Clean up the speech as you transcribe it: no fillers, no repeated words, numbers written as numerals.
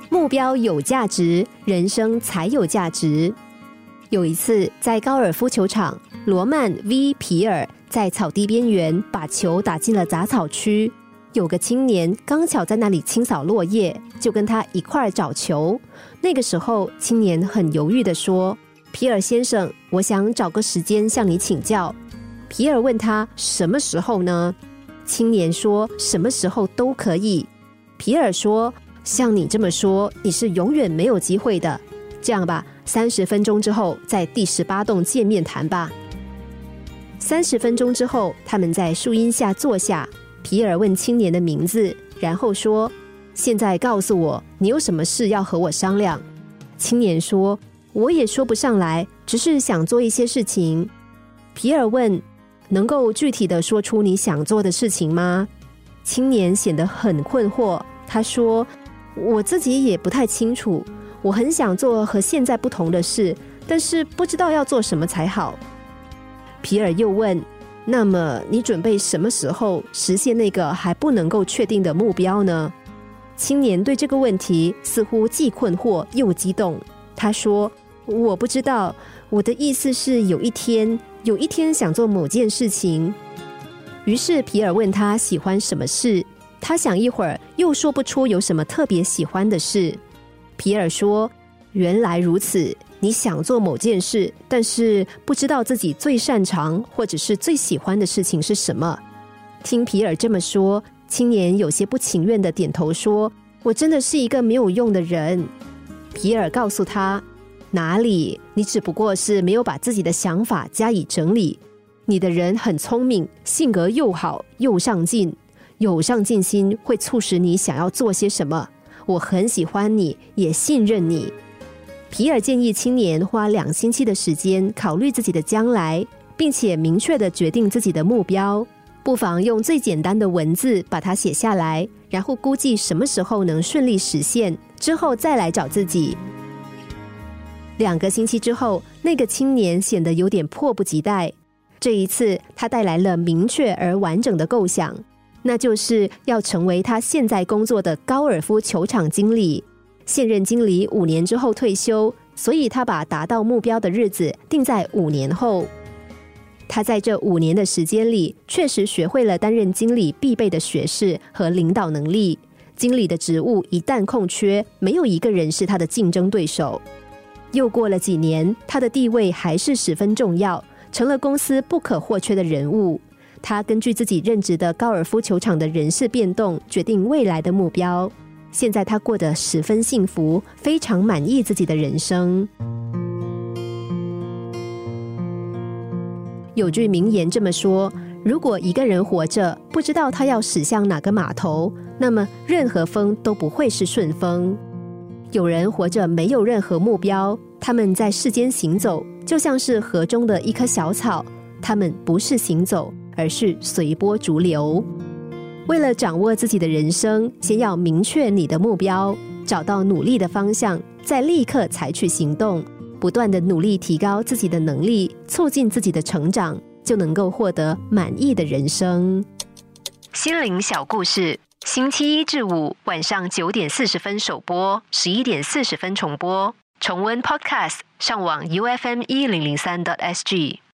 目标有价值，人生才有价值。有一次在高尔夫球场，罗曼 V 皮尔在草地边缘把球打进了杂草区，有个青年刚巧在那里清扫落叶，就跟他一块找球。那个时候青年很犹豫地说，皮尔先生，我想找个时间向你请教。皮尔问他什么时候呢？青年说什么时候都可以。皮尔说，像你这么说，你是永远没有机会的。这样吧，30分钟之后在第18栋见面谈吧。30分钟之后，他们在树荫下坐下，皮尔问青年的名字，然后说，现在告诉我，你有什么事要和我商量？青年说，我也说不上来，只是想做一些事情。皮尔问，能够具体的说出你想做的事情吗？青年显得很困惑，他说，我自己也不太清楚，我很想做和现在不同的事，但是不知道要做什么才好。皮尔又问，那么你准备什么时候实现那个还不能够确定的目标呢？青年对这个问题似乎既困惑又激动，他说，我不知道，我的意思是有一天想做某件事情。于是皮尔问他喜欢什么事，他想一会儿又说不出有什么特别喜欢的事。皮尔说，原来如此，你想做某件事，但是不知道自己最擅长或者是最喜欢的事情是什么。听皮尔这么说，青年有些不情愿地点头说，我真的是一个没有用的人。皮尔告诉他，哪里，你只不过是没有把自己的想法加以整理。你的人很聪明，性格又好又上进，有上进心会促使你想要做些什么。我很喜欢你，也信任你。皮尔建议青年花2星期的时间考虑自己的将来，并且明确地决定自己的目标，不妨用最简单的文字把它写下来，然后估计什么时候能顺利实现，之后再来找自己。2个星期之后，那个青年显得有点迫不及待。这一次他带来了明确而完整的构想，那就是要成为他现在工作的高尔夫球场经理。现任经理5年之后退休，所以他把达到目标的日子定在5年后。他在这5年的时间里，确实学会了担任经理必备的学识和领导能力。经理的职务一旦空缺，没有一个人是他的竞争对手。又过了几年，他的地位还是十分重要，成了公司不可或缺的人物。他根据自己任职的高尔夫球场的人事变动，决定未来的目标。现在他过得十分幸福，非常满意自己的人生。有句名言这么说，如果一个人活着不知道他要驶向哪个码头，那么任何风都不会是顺风。有人活着没有任何目标，他们在世间行走，就像是河中的一棵小草，他们不是行走，而是随波逐流。为了掌握自己的人生，先要明确你的目标，找到努力的方向，再立刻采取行动，不断的努力提高自己的能力，促进自己的成长，就能够获得满意的人生。心灵小故事，星期1至5晚上9点40分首播，11点40分重播。重温 Podcast， 上网 UFM1003.SG。